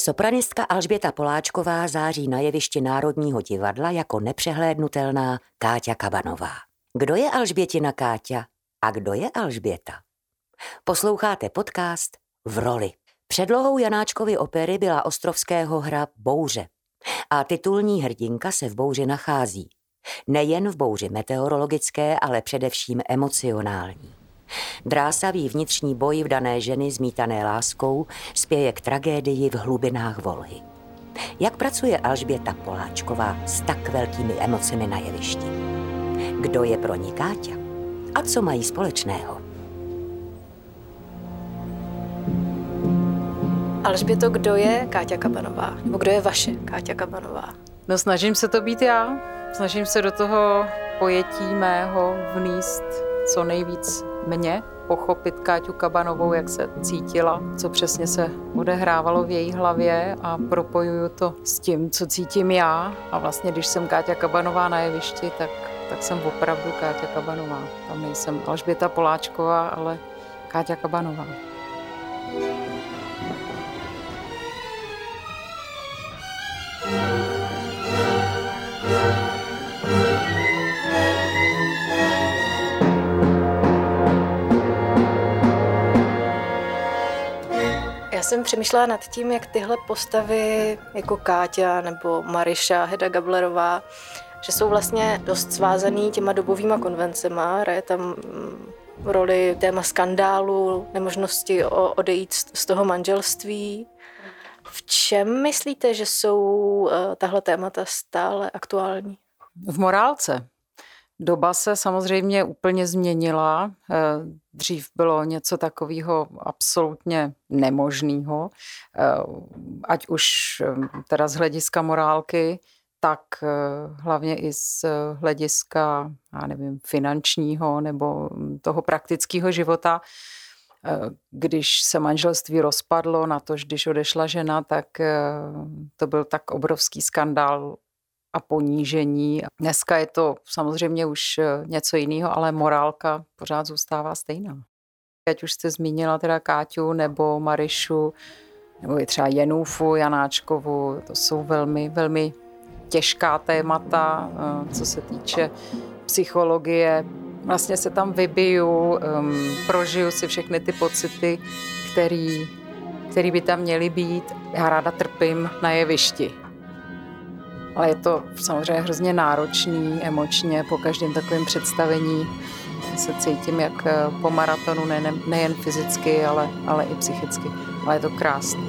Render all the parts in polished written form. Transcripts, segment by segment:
Sopranistka Alžběta Poláčková září na jevišti Národního divadla jako nepřehlédnutelná Káťa Kabanová. Kdo je Alžbětina Káťa a kdo je Alžběta? Posloucháte podcast V roli. Předlohou Janáčkovy opery byla ostrovského hra Bouře a titulní hrdinka se v bouři nachází. Nejen v bouři meteorologické, ale především emocionální. Drásavý vnitřní boj vdané ženy zmítané láskou spěje k tragédii v hlubinách Volhy. Jak pracuje Alžběta Poláčková s tak velkými emocemi na jevišti? Kdo je pro ní Káťa? A co mají společného? Alžběto, kdo je Káťa Kabanová? Nebo kdo je vaše Káťa Kabanová? No, snažím se to být já. Snažím se do toho pojetí mého vníst co nejvíc mě, pochopit Káťu Kabanovou, jak se cítila, co přesně se odehrávalo v její hlavě a propojuju to s tím, co cítím já. A vlastně, když jsem Káťa Kabanová na jevišti, tak jsem opravdu Káťa Kabanová. Tam nejsem Alžběta Poláčková, ale Káťa Kabanová. Já jsem přemýšlela nad tím, jak tyhle postavy jako Káťa nebo Maryša, Heda Gablerová, že jsou vlastně dost svázaný těma dobovýma konvencema. Hraje tam roli téma skandálu, nemožnosti odejít z toho manželství. V čem myslíte, že jsou tahle témata stále aktuální? V morálce. Doba se samozřejmě úplně změnila. Dřív bylo něco takového absolutně nemožného, ať už teda z hlediska morálky, tak hlavně i z hlediska, já nevím, finančního nebo toho praktického života. Když se manželství rozpadlo, natož když odešla žena, tak to byl tak obrovský skandál a ponížení. Dneska je to samozřejmě už něco jiného, ale morálka pořád zůstává stejná. Ať už jste zmínila teda Káťu nebo Maryšu, nebo i třeba Jenůfu Janáčkovu, to jsou velmi, velmi těžká témata, co se týče psychologie. Vlastně se tam vybiju, prožiju si všechny ty pocity, který by tam měly být. Já ráda trpím na jevišti. Ale je to samozřejmě hrozně náročný emočně po každém takovém představení. Se cítím jak po maratonu, nejen fyzicky, ale i psychicky. Ale je to krásné.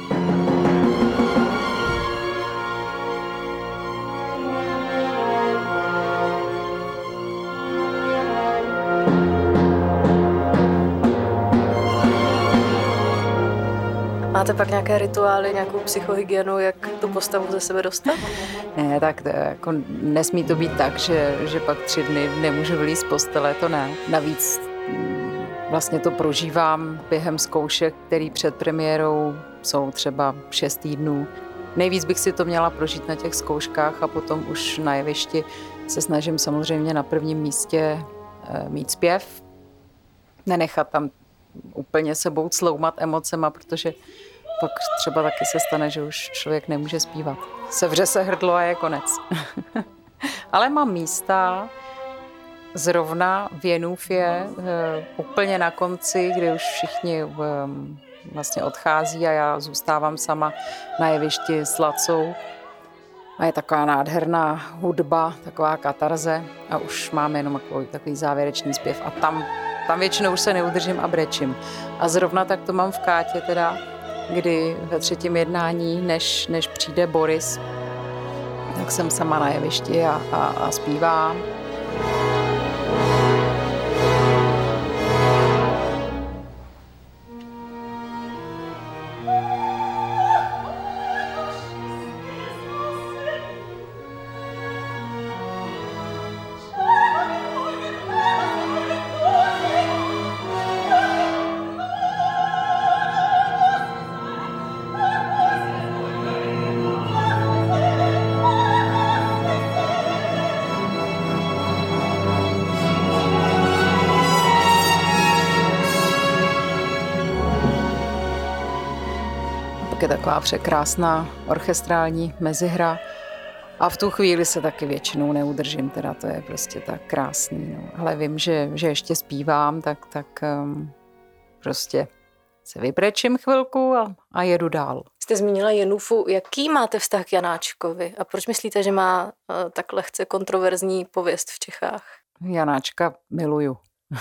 Máte pak nějaké rituály, nějakou psychohygienu, jak tu postavu ze sebe dostat? Ne, tak jako nesmí to být tak, že pak 3 dny nemůžu vylít z postele, to ne. Navíc vlastně to prožívám během zkoušek, který před premiérou jsou třeba 6 týdnů. Nejvíc bych si to měla prožít na těch zkouškách a potom už na jevišti se snažím samozřejmě na prvním místě mít zpěv, nenechat tam úplně sebou cloumat emocema, protože pak třeba taky se stane, že už člověk nemůže zpívat. Sevře se hrdlo a je konec. Ale mám místa zrovna v Jenůfě úplně na konci, kdy už všichni vlastně odchází a já zůstávám sama na jevišti s Lacou. A je taková nádherná hudba, taková katarze a už máme jenom takový závěrečný zpěv a tam většinou už se neudržím a brečím. A zrovna tak to mám v Kátě teda, kdy ve 3. jednání, než přijde Boris, tak jsem sama na jevišti a zpívám. je taková překrásná orchestrální mezihra. A v tu chvíli se taky většinou neudržím, teda to je prostě tak krásný. No. Ale vím, že ještě zpívám, tak prostě se vyprečím chvilku a jedu dál. Jste zmínila Jenufu. Jaký máte vztah k Janáčkovi? A proč myslíte, že má tak lehce kontroverzní pověst v Čechách? Janáčka miluju.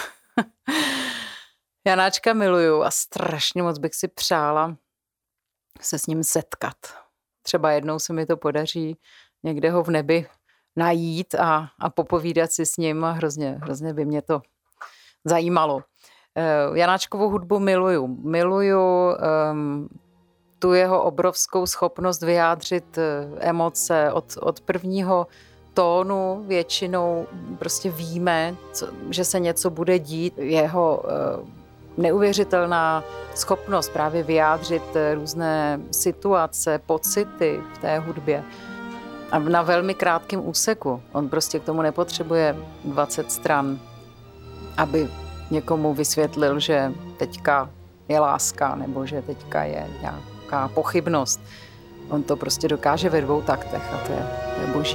Janáčka miluju a strašně moc bych si přála se s ním setkat. Třeba jednou se mi to podaří někde ho v nebi najít a popovídat si s ním a hrozně by mě to zajímalo. Janáčkovou hudbu miluju tu jeho obrovskou schopnost vyjádřit emoce od prvního tónu většinou prostě víme, že se něco bude dít. Jeho neuvěřitelná schopnost právě vyjádřit různé situace, pocity v té hudbě. A na velmi krátkém úseku. On prostě k tomu nepotřebuje 20 stran, aby někomu vysvětlil, že teďka je láska nebo že teďka je nějaká pochybnost. On to prostě dokáže ve 2 taktech a to je boží.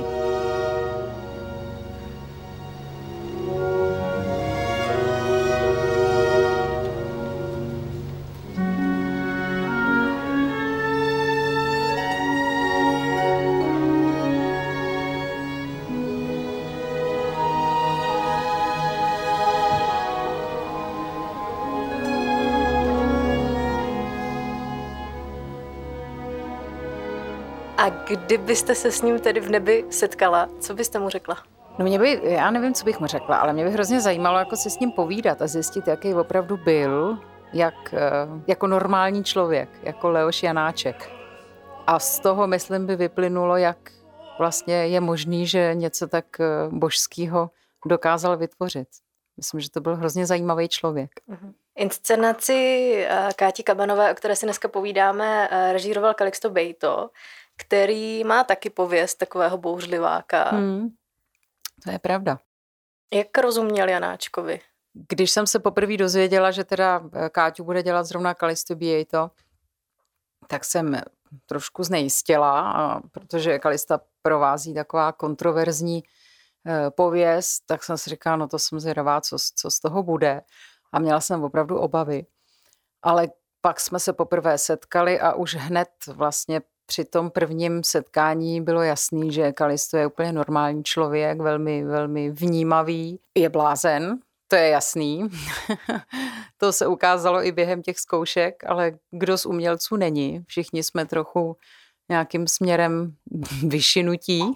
A kdybyste se s ním tedy v nebi setkala, co byste mu řekla? No já nevím, co bych mu řekla, ale mě by hrozně zajímalo jako se s ním povídat a zjistit, jaký opravdu byl, jako normální člověk, jako Leoš Janáček. A z toho, myslím, by vyplynulo, jak vlastně je možný, že něco tak božského dokázal vytvořit. Myslím, že to byl hrozně zajímavý člověk. Inscenaci Káti Kabanové, o které si dneska povídáme, režíroval Calixto Bejto, který má taky pověst takového bouřliváka. To je pravda. Jak rozuměl Janáčkovi? Když jsem se poprvé dozvěděla, že teda Káťu bude dělat zrovna Calixto Bejto, tak jsem trošku znejistěla, protože Calista provází taková kontroverzní pověst, tak jsem si říkala, no to jsem zvědavá, co z toho bude. A měla jsem opravdu obavy. Ale pak jsme se poprvé setkali a už hned vlastně při tom prvním setkání bylo jasný, že Calixto je úplně normální člověk, velmi, velmi vnímavý. Je blázen, to je jasný. To se ukázalo i během těch zkoušek, ale kdo z umělců není. Všichni jsme trochu nějakým směrem vyšinutí.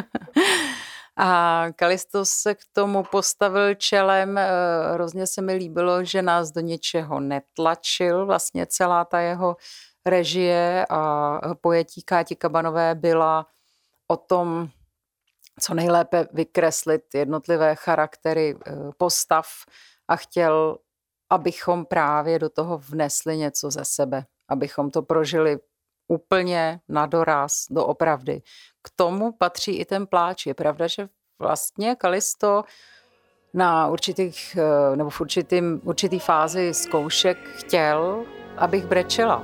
A Calixto se k tomu postavil čelem. Hrozně se mi líbilo, že nás do něčeho netlačil. Vlastně celá ta jeho režie a pojetí Káti Kabanové byla o tom, co nejlépe vykreslit jednotlivé charaktery postav a chtěl, abychom právě do toho vnesli něco ze sebe, abychom to prožili úplně na doraz, doopravdy. K tomu patří i ten pláč. Je pravda, že vlastně Calixto na v určitý fázi zkoušek chtěl, abych brečela.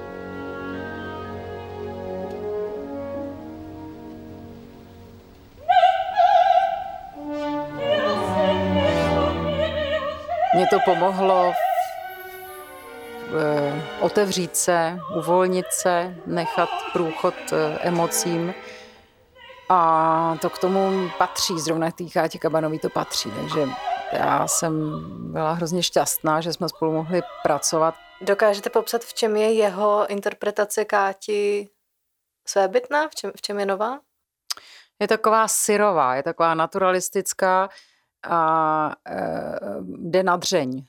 Mně to pomohlo otevřít se, uvolnit se, nechat průchod emocím. A to k tomu patří, zrovna k té Kátě Kabanové to patří. Takže já jsem byla hrozně šťastná, že jsme spolu mohli pracovat. Dokážete popsat, v čem je jeho interpretace Káti svébytná? V čem je nová? Je taková syrová, je taková naturalistická a jde na dřeň.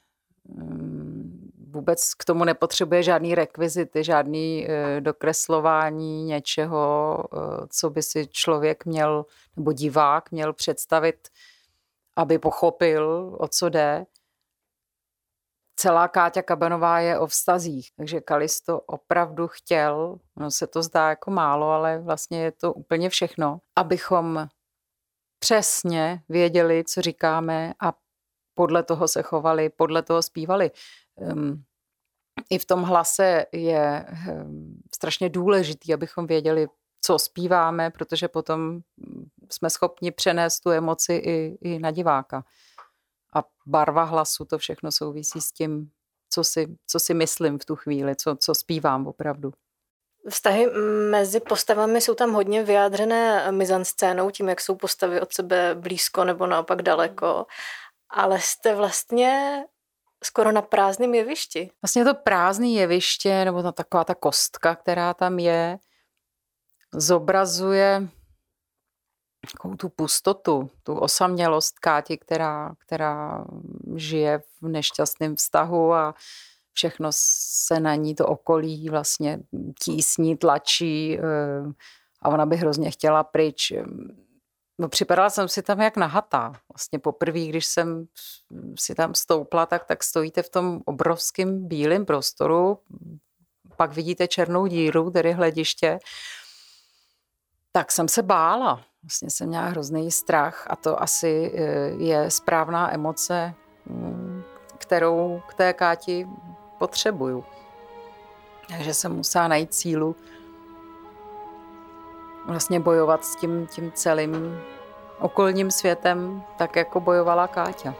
Vůbec k tomu nepotřebuje žádný rekvizity, žádný dokreslování něčeho, co by si člověk měl, nebo divák měl představit, aby pochopil, o co jde. Celá Káťa Kabanová je o vztazích, takže Calixto opravdu chtěl, no se to zdá jako málo, ale vlastně je to úplně všechno, abychom přesně věděli, co říkáme a podle toho se chovali, podle toho zpívali. i v tom hlase je strašně důležitý, abychom věděli, co zpíváme, protože potom jsme schopni přenést tu emoci i na diváka. A barva hlasu, to všechno souvisí s tím, co si myslím v tu chvíli, co zpívám opravdu. Vztahy mezi postavami jsou tam hodně vyjádřené mizanscénou, tím, jak jsou postavy od sebe blízko nebo naopak daleko. Ale jste vlastně skoro na prázdném jevišti. Vlastně to prázdné jeviště, nebo taková ta kostka, která tam je, zobrazuje takovou tu pustotu, tu osamělost Káti, která žije v nešťastném vztahu a všechno se na ní to okolí vlastně tísní, tlačí a ona by hrozně chtěla pryč. No, připadala jsem si tam jak nahatá. Vlastně poprvé, když jsem si tam stoupla, tak stojíte v tom obrovském bílém prostoru, pak vidíte černou díru, tedy hlediště, tak jsem se bála. Vlastně jsem měla hrozný strach a to asi je správná emoce, kterou k té Káti potřebuju. Takže jsem musela najít sílu vlastně bojovat s tím celým okolním světem, tak jako bojovala Káťa.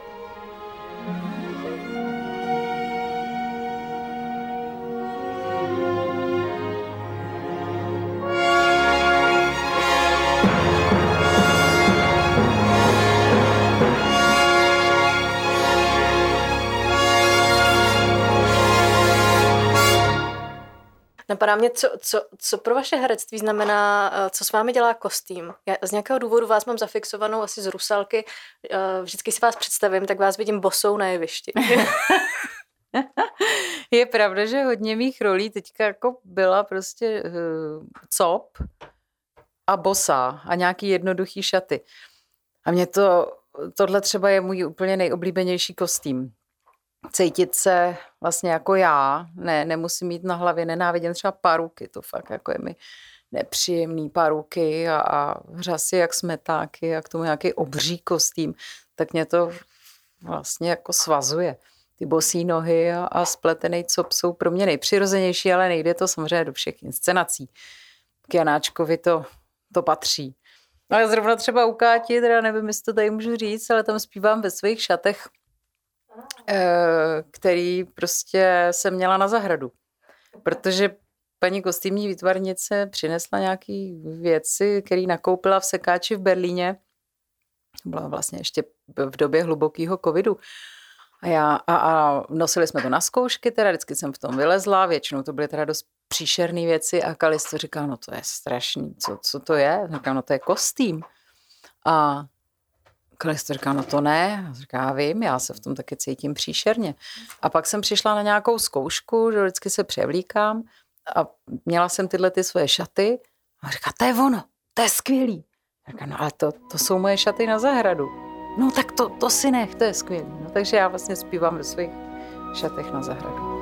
Napadá mě, co pro vaše herectví znamená, co s vámi dělá kostým. Já z nějakého důvodu vás mám zafixovanou asi z Rusalky. Vždycky si vás představím, tak vás vidím bosou na jevišti. Je pravda, že hodně mých rolí teďka jako byla prostě cop a bosá a nějaký jednoduchý šaty. A mě tohle třeba je můj úplně nejoblíbenější kostým. Cítit se vlastně jako já, nemusím mít na hlavě, nenávidím třeba paruky, to fakt jako je mi nepříjemný paruky a řasy jak smetáky a k tomu nějaký obří kostým, tak mě to vlastně jako svazuje. Ty bosí nohy a spletený cop jsou pro mě nejpřirozenější, ale nejde to samozřejmě do všech inscenací. K Janáčkovi to patří. Ale zrovna třeba u Káti, teda nevím, jestli to tady můžu říct, ale tam zpívám ve svých šatech, který prostě jsem měla na zahradu. Protože paní kostýmní výtvarnice přinesla nějaké věci, které nakoupila v sekáči v Berlíně. Byla vlastně ještě v době hlubokého covidu. A nosili jsme to na zkoušky, teda vždycky jsem v tom vylezla, většinou to byly teda dost příšerné věci a Kalisto říkal, no to je strašný, co to je? Říkal, no to je kostým. A Kalisto říkal, no to ne. A říká, já vím, já se v tom taky cítím příšerně. A pak jsem přišla na nějakou zkoušku, že vždycky se převlíkám a měla jsem tyhle ty svoje šaty a říká, to je ono, to je skvělý. A říká, no ale to jsou moje šaty na zahradu. No tak to si nech, to je skvělý. No, takže já vlastně zpívám ve svých šatech na zahradu.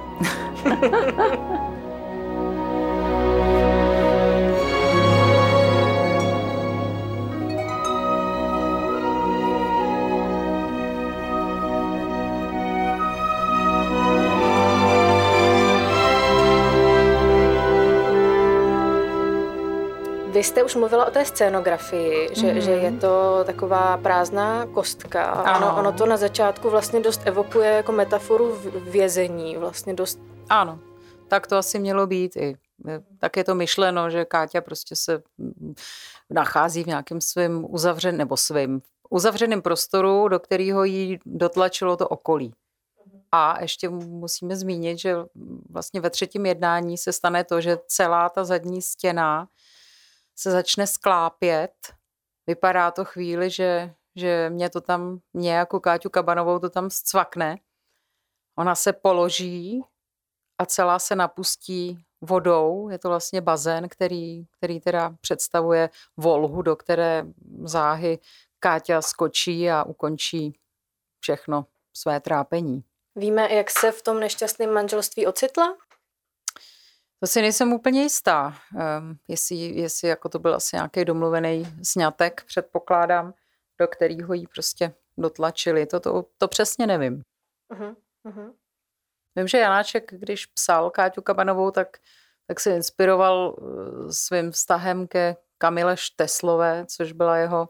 Vy jste už mluvila o té scénografii, že je to taková prázdná kostka. Ono to na začátku vlastně dost evokuje jako metaforu vězení. Vlastně dost... Ano, tak to asi mělo být i. Tak je to myšleno, že Káťa prostě se nachází v nějakém svým uzavřeném prostoru, do kterého jí dotlačilo to okolí. A ještě musíme zmínit, že vlastně ve třetím jednání se stane to, že celá ta zadní stěna se začne sklápět. Vypadá to chvíli, že mě jako Káťu Kabanovou to tam zcvakne. Ona se položí a celá se napustí vodou. Je to vlastně bazén, který teda představuje volhu, do které záhy Káťa skočí a ukončí všechno své trápení. Víme, jak se v tom nešťastném manželství ocitla? To si nejsem úplně jistá, jestli jako to byl asi nějaký domluvený sňatek, předpokládám, do kterého jí prostě dotlačili. To přesně nevím. Vím, že Janáček, když psal Káťu Kabanovou, tak se inspiroval svým vztahem ke Kamile Šteslové, což byla jeho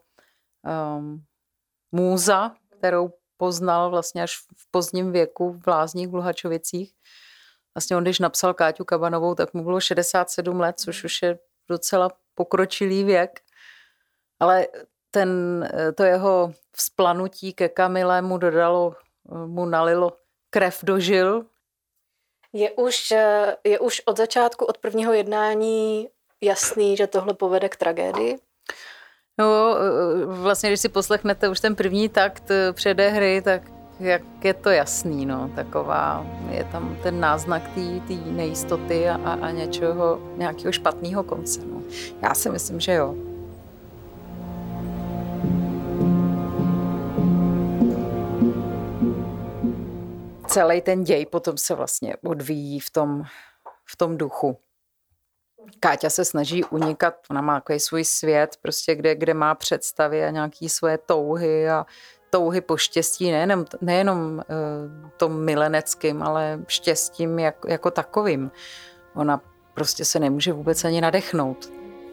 můza, kterou poznal vlastně až v pozdním věku v Lázních v Luhačovicích. Vlastně on, když napsal Káťu Kabanovou, tak mu bylo 67 let, což už je docela pokročilý věk. Ale to jeho vzplanutí ke Kamile mu nalilo krev do žil. Je už od začátku, od prvního jednání jasný, že tohle povede k tragédii? No, vlastně, když si poslechnete už ten první takt předé hry, tak jak je to jasný, no, taková, je tam ten náznak té nejistoty a nějakého špatného konce, no. Já si myslím, že jo. Celý ten děj potom se vlastně odvíjí v tom duchu. Káťa se snaží unikat, ona má takový svůj svět, prostě kde má představy a nějaké svoje touhy po štěstí, nejenom tom mileneckým, ale štěstím jako takovým. Ona prostě se nemůže vůbec ani nadechnout.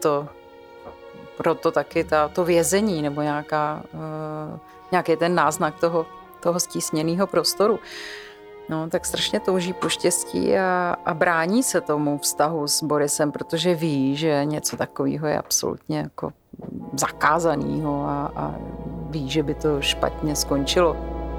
Proto taky to vězení nebo nějaký ten náznak toho stísněného prostoru. No, tak strašně touží po štěstí a brání se tomu vztahu s Borisem, protože ví, že něco takového je absolutně jako zakázanýho a ví, že by to špatně skončilo.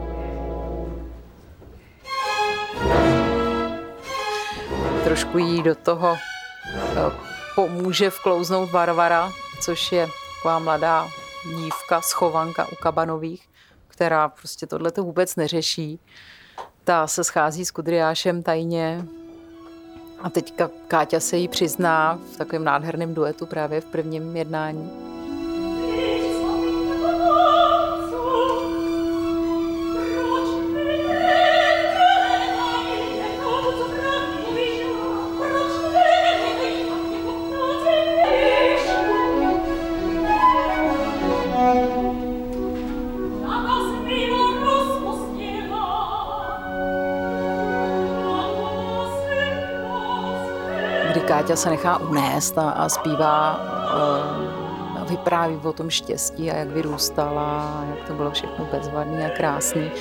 Trošku jí do toho pomůže vklouznout Varvara, což je taková mladá dívka, schovanka u Kabanových, která prostě tohleto vůbec neřeší. Ta se schází s Kudryášem tajně a teďka Káťa se jí přizná v takovém nádherném duetu právě v prvním jednání. Káťa se nechá unést a zpívá a vypráví o tom štěstí a jak vyrůstala, jak to bylo všechno bezvadný a krásný.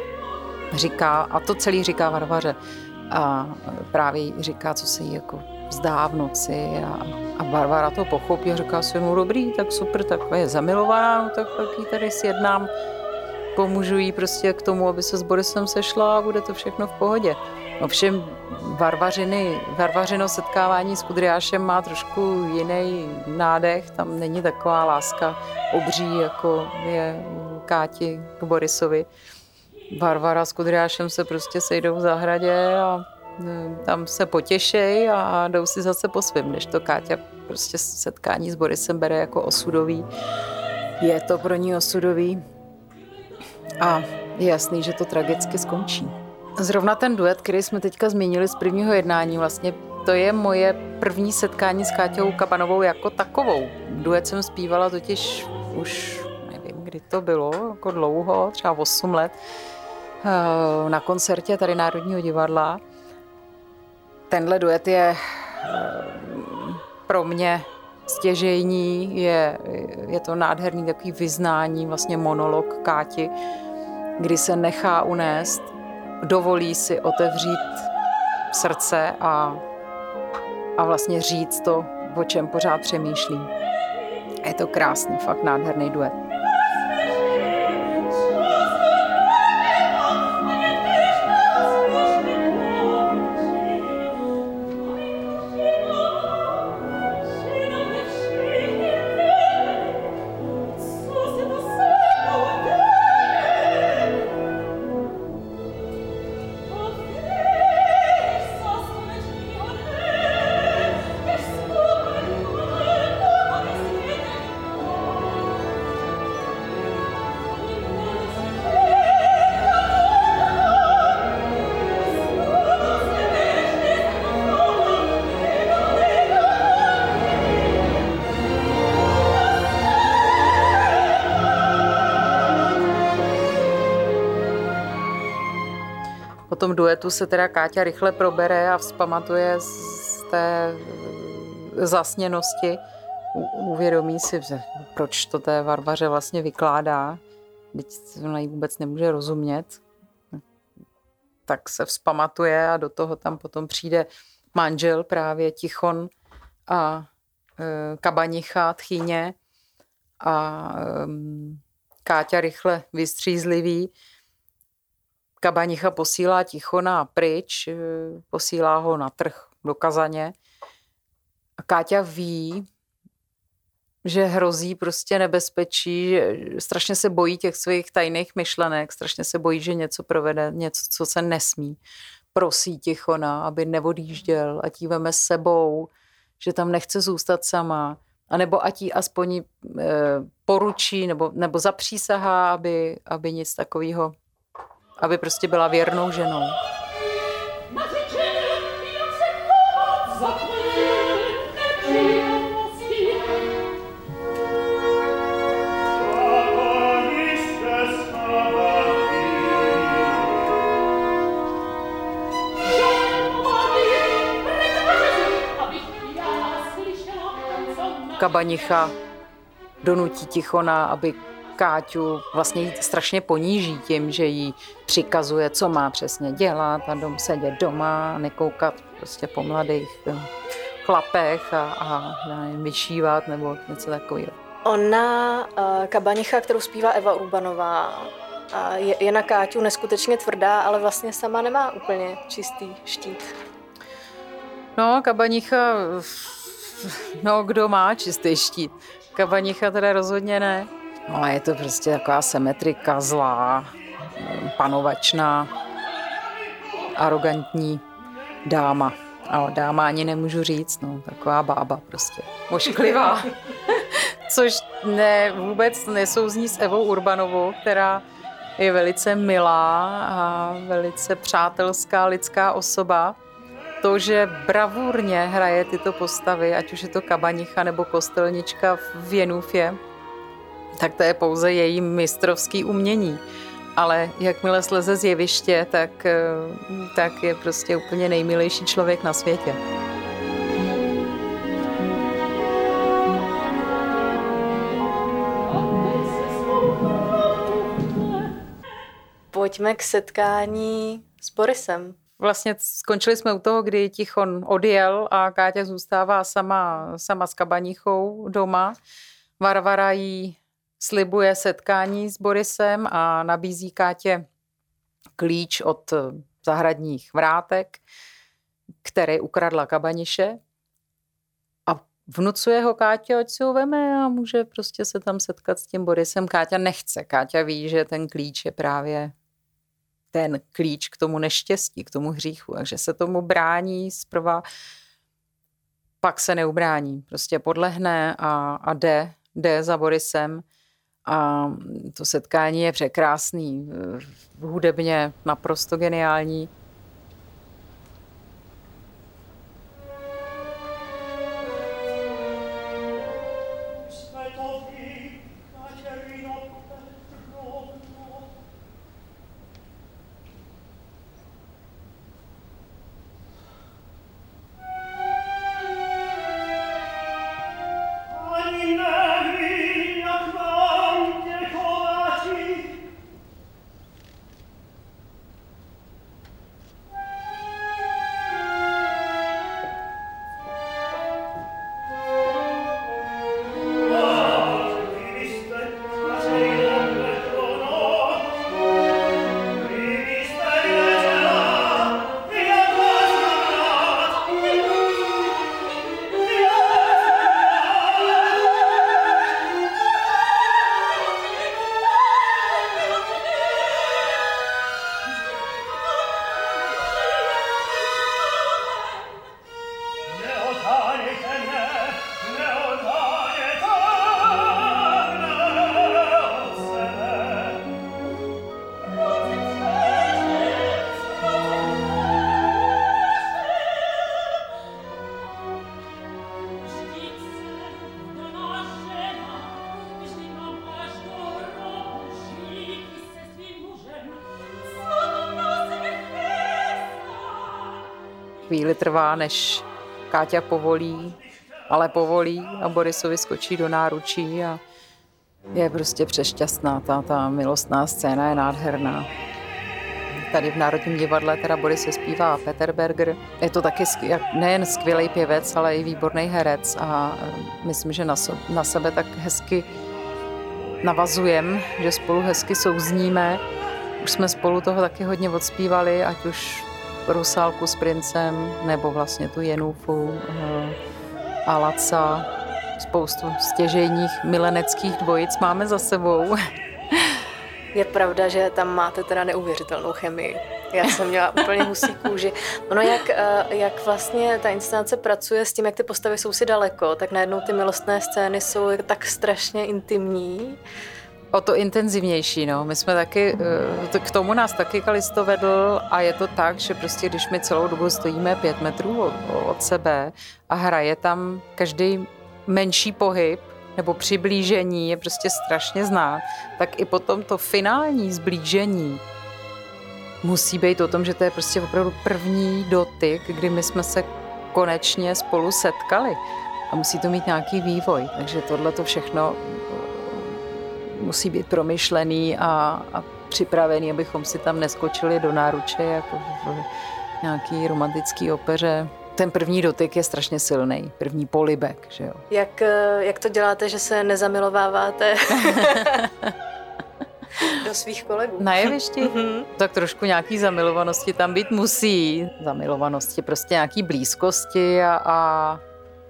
A to celý říká Varvaře. A právě říká, co se jí jako zdá v noci a Varvara to pochopí a říká si, no dobrý, tak super, tak je zamilovaná, no tak ji tady sjednám, pomůžu jí prostě k tomu, aby se s Borisem sešla a bude to všechno v pohodě. Ovšem Varvařino setkávání s Kudryášem má trošku jiný nádech, tam není taková láska obří, jako je Káti k Borisovi. Varvara s Kudryášem se prostě sejdou v zahradě a tam se potěšej a jdou si zase po svým, než to Káťa prostě setkání s Borisem bere jako osudový. Je to pro ní osudový a je jasný, že to tragicky skončí. Zrovna ten duet, který jsme teďka zmínili z prvního jednání, vlastně to je moje první setkání s Káťou Kabanovou jako takovou. Duet jsem zpívala totiž už, nevím, kdy to bylo, jako dlouho, třeba 8 let, na koncertě tady Národního divadla. Tenhle duet je pro mě stěžejní, je to nádherný takový vyznání, vlastně monolog Káti, kdy se nechá unést, dovolí si otevřít srdce a vlastně říct to, o čem pořád přemýšlí. Je to krásný, fakt nádherný duet. tom duetu se teda Káťa rychle probere a vzpamatuje z té zasněnosti. Uvědomí si, proč to té Varvaře vlastně vykládá. Teď ona jí vůbec nemůže rozumět. Tak se vzpamatuje a do toho tam potom přijde manžel právě Tichon a kabanicha, tchýně a Káťa rychle vystřízlivý. Kabanicha posílá Tichona pryč, posílá ho na trh do Kazaně. A Káťa ví, že hrozí prostě nebezpečí, že strašně se bojí těch svých tajných myšlenek, strašně se bojí, že něco provede, něco, co se nesmí. Prosí Tichona, aby neodjížděl, ať jí veme s sebou, že tam nechce zůstat sama, anebo ať jí aspoň poručí nebo zapřísahá, aby nic takového, aby prostě byla věrnou ženou. Kabanicha donutí Tichona, aby Káťu vlastně jí strašně poníží tím, že jí přikazuje, co má přesně dělat a sedět doma a nekoukat prostě po mladých chlapech a vyšívat nebo něco takového. Ona, Kabanicha, kterou zpívá Eva Urbanová, je na Káťu neskutečně tvrdá, ale vlastně sama nemá úplně čistý štít. No, Kabanicha, kdo má čistý štít? Kabanicha teda rozhodně ne. No, je to prostě taková symetrika, zlá, panovačná, arrogantní dáma. Ale dáma ani nemůžu říct, taková bába prostě. Ošklivá. Což vůbec nesouzní s Evou Urbanovou, která je velice milá a velice přátelská lidská osoba. To, že bravurně hraje tyto postavy, ať už je to Kabanicha nebo kostelnička v Jenůfě, tak to je pouze její mistrovský umění. Ale jakmile sleze z jeviště, tak je prostě úplně nejmilejší člověk na světě. Pojďme k setkání s Borisem. Vlastně skončili jsme u toho, kdy Tichon odjel a Káťa zůstává sama s Kabanichou doma. Varvara jí slibuje setkání s Borisem a nabízí Kátě klíč od zahradních vrátek, který ukradla Kabaniše. A vnucuje ho Káťa, ať si ho veme a může prostě se tam setkat s tím Borisem. Káťa nechce. Káťa ví, že ten klíč je právě ten klíč k tomu neštěstí, k tomu hříchu. Takže se tomu brání zprva, pak se neubrání. Prostě podlehne a jde za Borisem. A to setkání je překrásný, hudebně naprosto geniální. chvíli trvá, než Káťa povolí, ale povolí a Borisovi skočí do náručí a je prostě přešťastná. Ta milostná scéna je nádherná. Tady v Národním divadle teda Boris se zpívá Peter Berger. Je to taky nejen skvělý pěvec, ale i výborný herec a myslím, že na sebe tak hezky navazujeme, že spolu hezky souzníme. Už jsme spolu toho taky hodně odspívali, ať už Rusálku s princem, nebo vlastně tu Jenufu a Laca. Spoustu stěžejních mileneckých dvojic máme za sebou. Je pravda, že tam máte teda neuvěřitelnou chemii. Já jsem měla úplně husí kůži. Ono, jak vlastně ta inscenace pracuje s tím, jak ty postavy jsou si daleko, tak najednou ty milostné scény jsou tak strašně intimní. O to intenzivnější, no. My jsme taky, k tomu nás taky Kalisto vedl a je to tak, že prostě když my celou dobu stojíme 5 metrů od sebe a hraje tam každý menší pohyb nebo přiblížení je prostě strašně znát, tak i potom to finální zblížení musí být o tom, že to je prostě opravdu první dotyk, kdy my jsme se konečně spolu setkali a musí to mít nějaký vývoj, takže tohle to všechno musí být promyšlený a připravený, abychom si tam neskočili do náruče jako v nějaký romantický opeře. Ten první dotyk je strašně silný, první polibek, že jo. Jak to děláte, že se nezamilováváte do svých kolegů? Na jevišti? Tak trošku nějaký zamilovanosti tam být musí. Zamilovanosti, prostě nějaký blízkosti a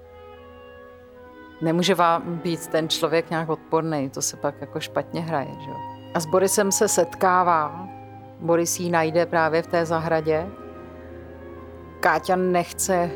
nemůže vám být ten člověk nějak odporný, to se pak jako špatně hraje, že jo. A s Borisem se setkává, Boris jí najde právě v té zahradě. Káťa nechce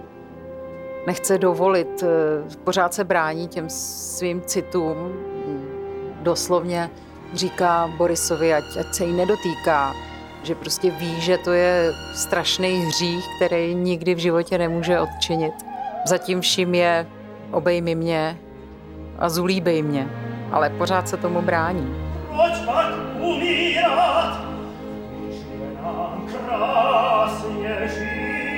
dovolit, pořád se brání těm svým citům. Doslovně říká Borisovi, ať se jí nedotýká, že prostě ví, že to je strašný hřích, který nikdy v životě nemůže odčinit. Zatím vším je obejmi mě a zulíbej mě, ale pořád se tomu brání. Proč pak umírat, když je nám krásně žít?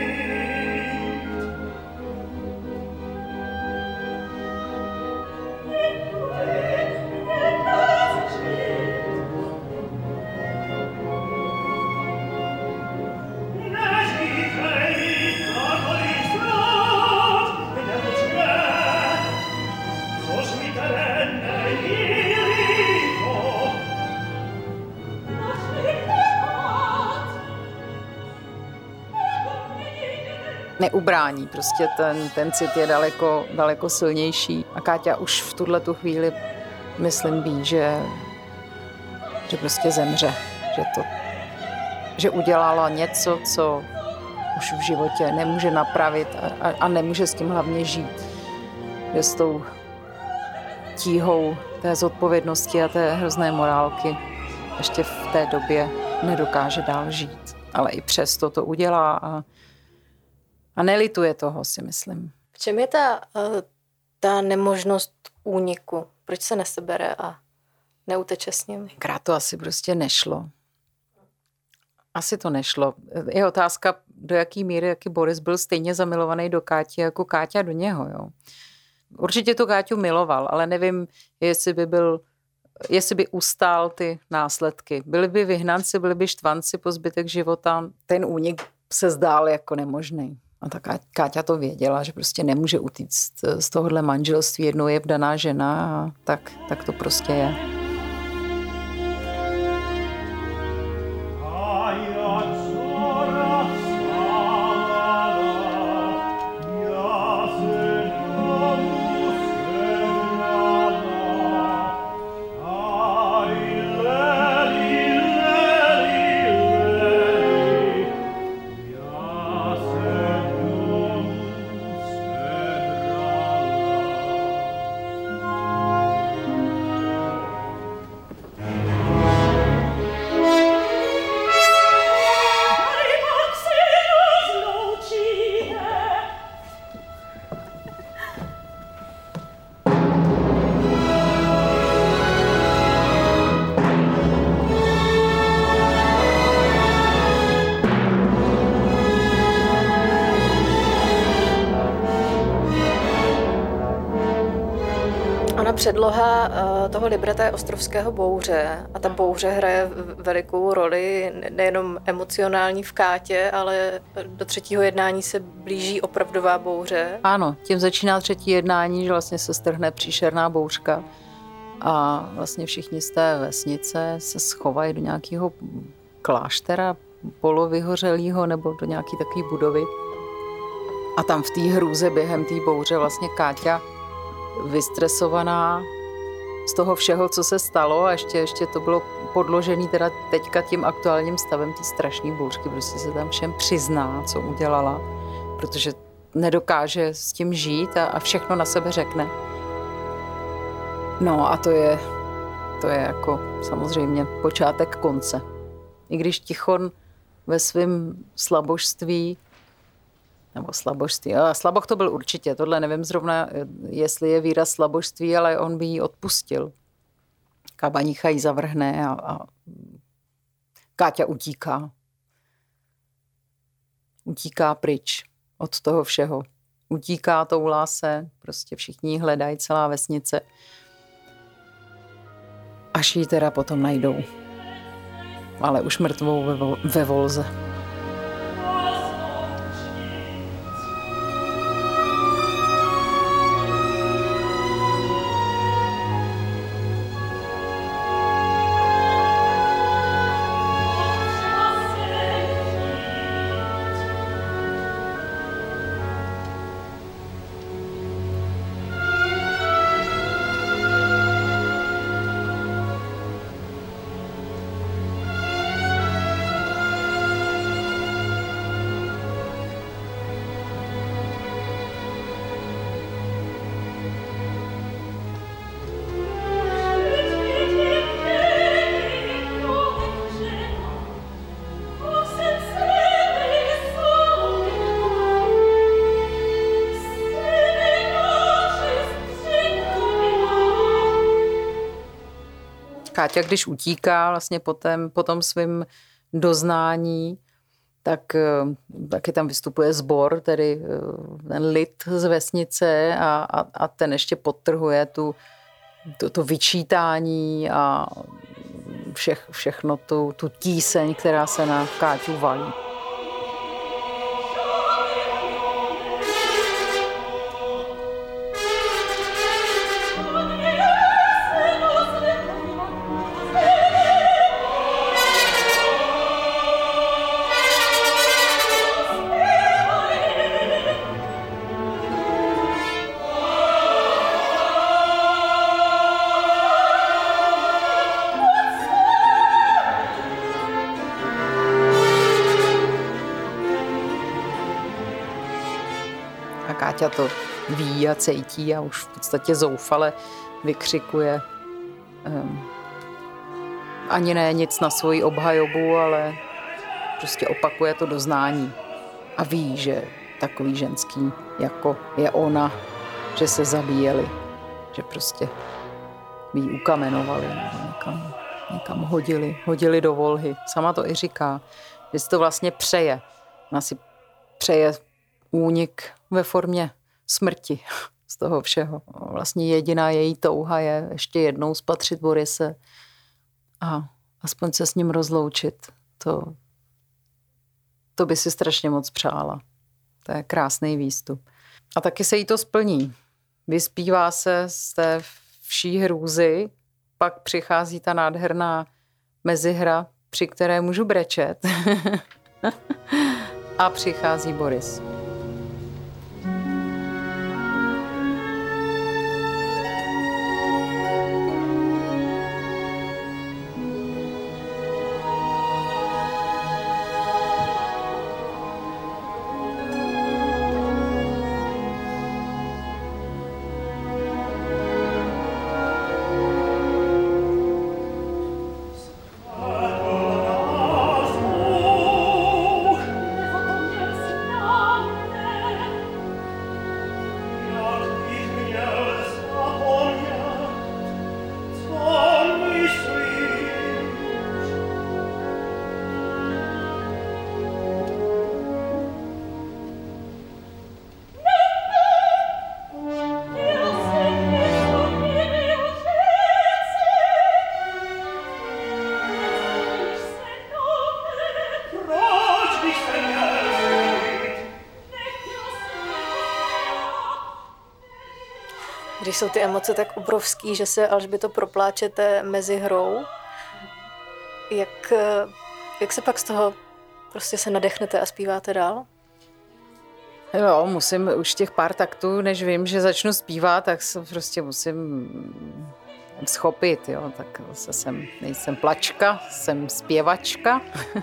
Neubrání, prostě ten cit je daleko silnější. A Káťa už v tuhletu chvíli, myslím, ví, že prostě zemře. Že udělala něco, co už v životě nemůže napravit a nemůže s tím hlavně žít. Že s tou tíhou té zodpovědnosti a té hrozné morálky ještě v té době nedokáže dál žít. Ale i přesto to udělá a nelituje toho, si myslím. V čem je ta nemožnost úniku? Proč se nesebere a neuteče s ním? Krát to asi prostě nešlo. Asi to nešlo. Je otázka, do jaký míry, jaký Boris byl stejně zamilovaný do Káti, jako Káťa do něho. Jo. Určitě tu Káťu miloval, ale nevím, jestli by ustál ty následky. Byli by vyhnanci, byli by štvanci po zbytek života. Ten únik se zdál jako nemožný. A ta Káťa to věděla, že prostě nemůže utíct z tohohle manželství. Jednou je vdaná žena a tak to prostě je. předloha toho libreta je Ostrovského bouře a ta bouře hraje velikou roli, nejenom emocionální v Kátě, ale do třetího jednání se blíží opravdová bouře. Ano, tím začíná třetí jednání, že vlastně se strhne příšerná bouřka a vlastně všichni z té vesnice se schovají do nějakého kláštera polovyhořelého nebo do nějaké takové budovy. A tam v té hrůze během té bouře vlastně Káťa vystresovaná z toho všeho, co se stalo a ještě to bylo podložené teda teďka tím aktuálním stavem té strašné bouřky, prostě se tam všem přizná, co udělala, protože nedokáže s tím žít a všechno na sebe řekne. No a to je jako samozřejmě počátek konce. I když Tichon ve svém slabožství slaboch to byl určitě, tohle nevím zrovna, jestli je výraz slabožství, ale on by jí odpustil. Kabanicha jí zavrhne a Káťa utíká. Utíká pryč od toho všeho. Utíká, toulá se, prostě všichni ji hledají, celá vesnice. Až ji teda potom najdou. Ale už mrtvou ve volze. Káťa, když utíká vlastně po tom svým doznání, tak taky tam vystupuje sbor, tedy ten lid z vesnice a ten ještě podtrhuje to vyčítání a všechno tu tíseň, která se na Káťu valí. Káťa to ví a cítí a už v podstatě zoufale vykřikuje. Ani ne nic na svoji obhajobu, ale prostě opakuje to doznání. A ví, že takový ženský, jako je ona, že se zabíjeli, že prostě jí ukamenovali, někam hodili do volhy. Sama to i říká, že si to vlastně přeje. Ona si přeje únik ve formě smrti z toho všeho. Vlastně jediná její touha je ještě jednou spatřit Borise a aspoň se s ním rozloučit. To by si strašně moc přála. To je krásný výstup. A taky se jí to splní. Vyspívá se z té vší hrůzy, pak přichází ta nádherná mezihra, při které můžu brečet. A přichází Boris. Oh Když jsou ty emoce tak obrovský, že se Alžběto propláčete mezi hrou, jak se pak z toho prostě se nadechnete a zpíváte dál? Jo, musím už těch pár taktů, než vím, že začnu zpívat, tak se prostě musím schopit, jo, tak zase nejsem plačka, jsem zpěvačka,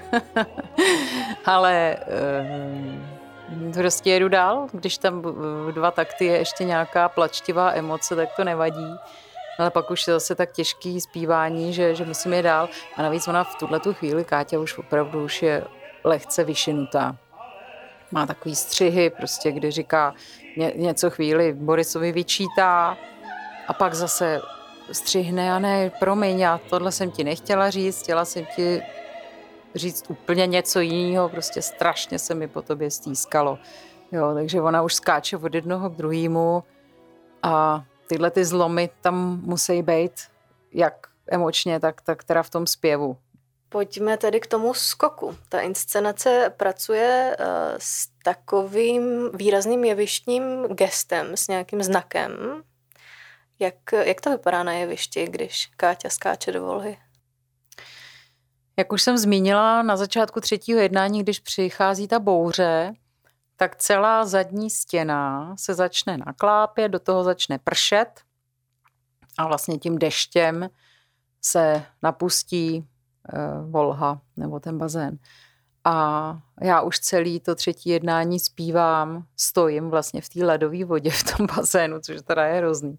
ale prostě jedu dál, když tam 2 takty je ještě nějaká plačtivá emoce, tak to nevadí, ale pak už je zase tak těžký zpívání, že musím jít dál a navíc ona v tuhletu chvíli, Káťa už opravdu už je lehce vyšinutá. Má takový střihy, prostě, kdy říká něco chvíli Borisovi vyčítá a pak zase střihne a ne, promiň, já tohle jsem ti nechtěla říct, chtěla jsem ti říct úplně něco jiného, prostě strašně se mi po tobě stýskalo. Jo, takže ona už skáče od jednoho k druhému a tyhle ty zlomy tam musí být jak emočně, tak teda v tom zpěvu. Pojďme tedy k tomu skoku. Ta inscenace pracuje s takovým výrazným jevištním gestem, s nějakým znakem. Jak to vypadá na jevišti, když Káťa skáče do Volhy? Jak už jsem zmínila na začátku 3. jednání, když přichází ta bouře, tak celá zadní stěna se začne naklápět, do toho začne pršet a vlastně tím deštěm se napustí Volha nebo ten bazén. A já už celý to 3. jednání zpívám, stojím vlastně v té ledové vodě v tom bazénu, což teda je hrozný.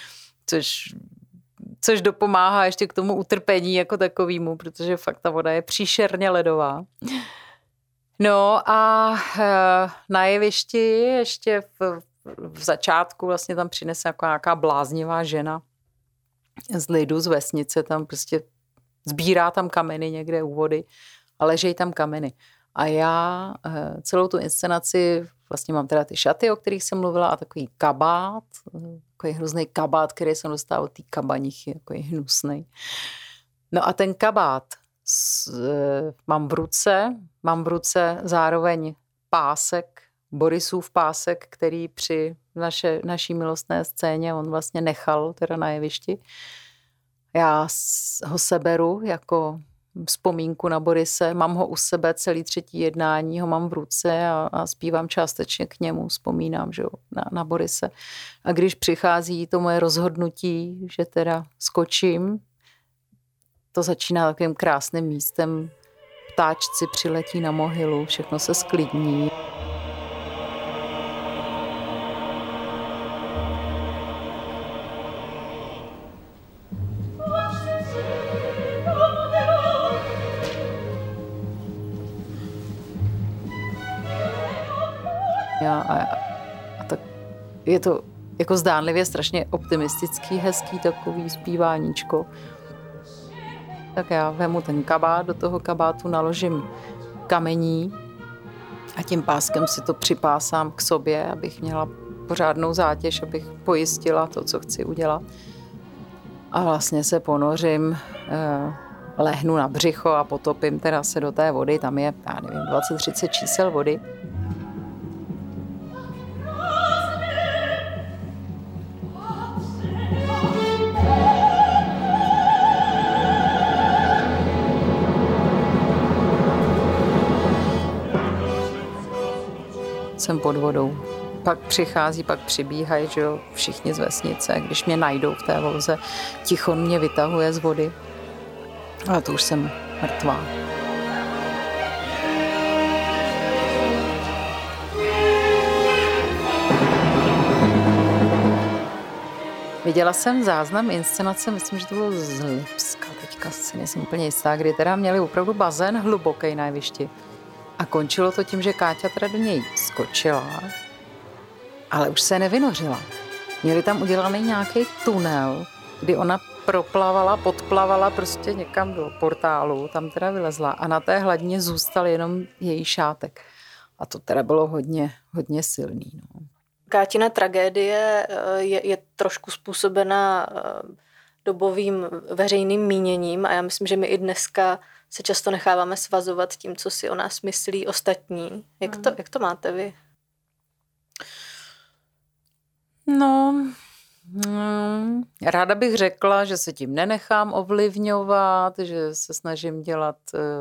Což dopomáhá ještě k tomu utrpení jako takovému, protože fakt ta voda je příšerně ledová. No a na jevišti ještě v začátku vlastně tam přinese jako nějaká bláznivá žena z lidu, z vesnice, tam prostě sbírá tam kameny někde u vody a ležejí tam kameny. A já celou tu inscenaci, vlastně mám teda ty šaty, o kterých jsem mluvila, a takový kabát, takový hrozný kabát, který jsem dostala od té kabanichy, takový hnusnej. No a ten kabát mám v ruce zároveň pásek, Borisův pásek, který při naší milostné scéně on vlastně nechal teda na jevišti. Já ho seberu jako vzpomínku na Borise, mám ho u sebe celý 3. jednání, ho mám v ruce a zpívám částečně k němu, vzpomínám, že jo, na Borise. A když přichází to moje rozhodnutí, že teda skočím, to začíná takovým krásným místem, ptáčci přiletí na mohylu, všechno se sklidní. A tak je to jako zdánlivě strašně optimistický, hezký takový zpíváníčko. Tak já vemu ten kabát, do toho kabátu naložím kamení a tím páskem si to připásám k sobě, abych měla pořádnou zátěž, abych pojistila to, co chci udělat. A vlastně se ponořím, lehnu na břicho a potopím teda se do té vody. Tam je, já nevím, 20-30 čísel vody. Jsem pod vodou. Pak přibíhají, že jo, všichni z vesnice, když mě najdou v té volze, Tichon mě vytahuje z vody. Ale to už jsem mrtvá. Viděla jsem záznam inscenace, myslím, že to bylo z Lipska, teďka si nejsem úplně jistá, kdy teda měli opravdu bazén hluboký na jevišti. A končilo to tím, že Káťa teda do něj skočila, ale už se nevynořila. Měli tam udělaný nějaký tunel, kdy ona podplavala prostě někam do portálu, tam teda vylezla a na té hladině zůstal jenom její šátek. A to teda bylo hodně, hodně silný. No. Kátina tragédie je trošku způsobena dobovým veřejným míněním a já myslím, že my i dneska se často necháváme svazovat tím, co si o nás myslí ostatní. Jak to máte vy? No, Ráda bych řekla, že se tím nenechám ovlivňovat, že se snažím dělat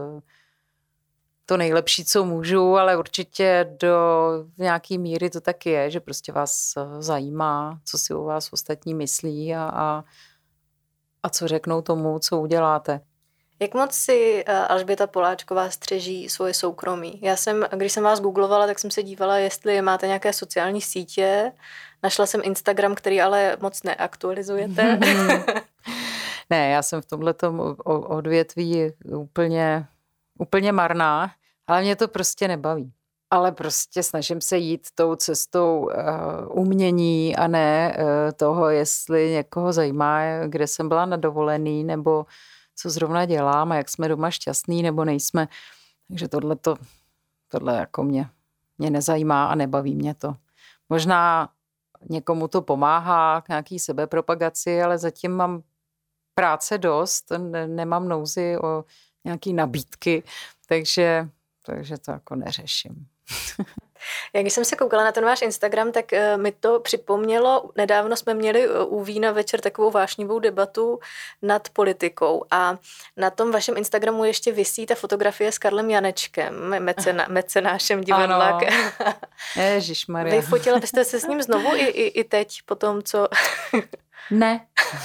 to nejlepší, co můžu, ale určitě do nějaký míry to tak je, že prostě vás zajímá, co si o vás ostatní myslí a co řeknou tomu, co uděláte. Jak moc si Alžběta Poláčková střeží svoje soukromí? Když jsem vás googlovala, tak jsem se dívala, jestli máte nějaké sociální sítě. Našla jsem Instagram, který ale moc neaktualizujete. Ne, já jsem v tomhletom odvětví úplně marná, ale mě to prostě nebaví. Ale prostě snažím se jít tou cestou umění a ne toho, jestli někoho zajímá, kde jsem byla na dovolený, nebo co zrovna dělám a jak jsme doma šťastný nebo nejsme. Takže tohle jako mě nezajímá a nebaví mě to. Možná někomu to pomáhá k nějaký sebepropagaci, ale zatím mám práce dost, nemám nouzi o nějaký nabídky, takže to jako neřeším. Když jsem se koukala na ten váš Instagram, tak mi to připomnělo, nedávno jsme měli u vína večer takovou vášnivou debatu nad politikou a na tom vašem Instagramu ještě visí ta fotografie s Karlem Janečkem, mecenášem divadla. Ježišmarja. Vy fotila byste se s ním znovu i teď po tom, co... Ne.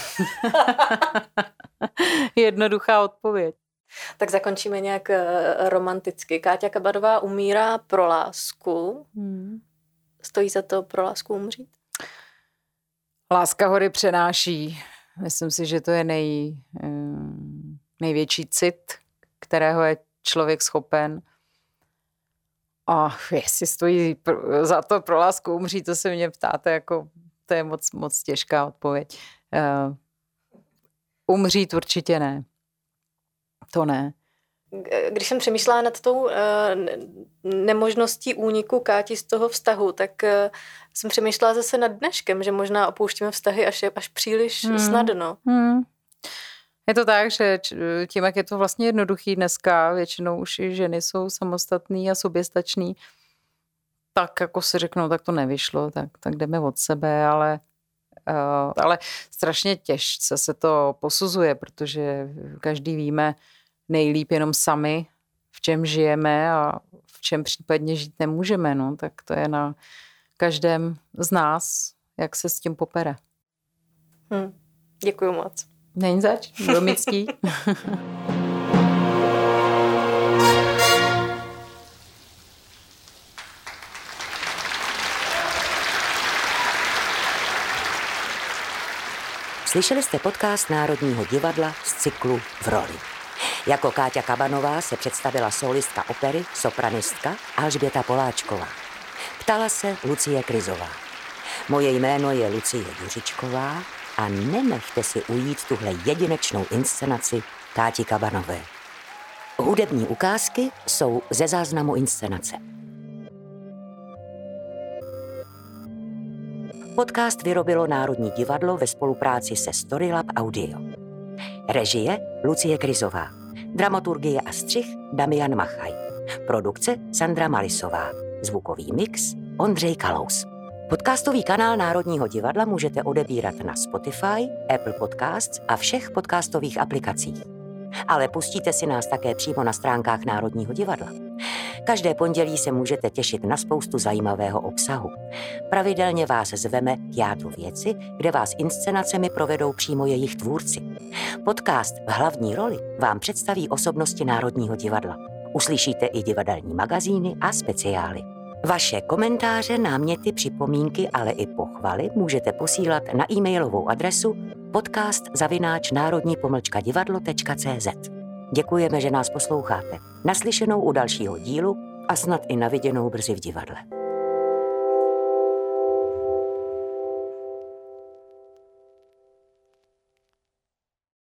Jednoduchá odpověď. Tak zakončíme nějak romanticky. Káťa Kabanová umírá pro lásku. Stojí za to pro lásku umřít? Láska hory přenáší. Myslím si, že to je největší cit, kterého je člověk schopen. A jestli stojí za to pro lásku umřít, to se mě ptáte, jako to je moc těžká odpověď. Umřít určitě ne. To ne. Když jsem přemýšlela nad tou nemožností úniku Káti z toho vztahu, tak jsem přemýšlela zase nad dneškem, že možná opouštíme vztahy až příliš snadno. Je to tak, že tím, jak je to vlastně jednoduchý dneska, většinou už i ženy jsou samostatný a soběstačný, tak jako si řeknou, tak to nevyšlo, tak jdeme od sebe, ale strašně těžce se to posuzuje, protože každý víme nejlíp jenom sami, v čem žijeme a v čem případně žít nemůžeme. No, tak to je na každém z nás, jak se s tím popere. Děkuju moc. Není zač, byl mi ctí. Slyšeli jste podcast Národního divadla z cyklu V roli. Jako Káťa Kabanová se představila solistka opery, sopranistka Alžběta Poláčková. Ptala se Lucie Kryzová. Moje jméno je Lucie Juřičková a nenechte si ujít tuhle jedinečnou inscenaci Káti Kabanové. Hudební ukázky jsou ze záznamu inscenace. Podcast vyrobilo Národní divadlo ve spolupráci se Storylab Audio. Režie Lucie Kryzová. Dramaturgie a střih Damian Machaj. Produkce Sandra Malisová. Zvukový mix Ondřej Kalous. Podcastový kanál Národního divadla můžete odebírat na Spotify, Apple Podcasts a všech podcastových aplikacích. Ale pustíte si nás také přímo na stránkách Národního divadla. Každé pondělí se můžete těšit na spoustu zajímavého obsahu. Pravidelně vás zveme k jádru věci, kde vás inscenacemi provedou přímo jejich tvůrci. Podcast V hlavní roli vám představí osobnosti Národního divadla. Uslyšíte i divadelní magazíny a speciály. Vaše komentáře, náměty, připomínky, ale i pochvaly můžete posílat na e-mailovou adresu podcast@národní-divadlo.cz. Děkujeme, že nás posloucháte. Naslyšenou u dalšího dílu a snad i na viděnou brzy v divadle.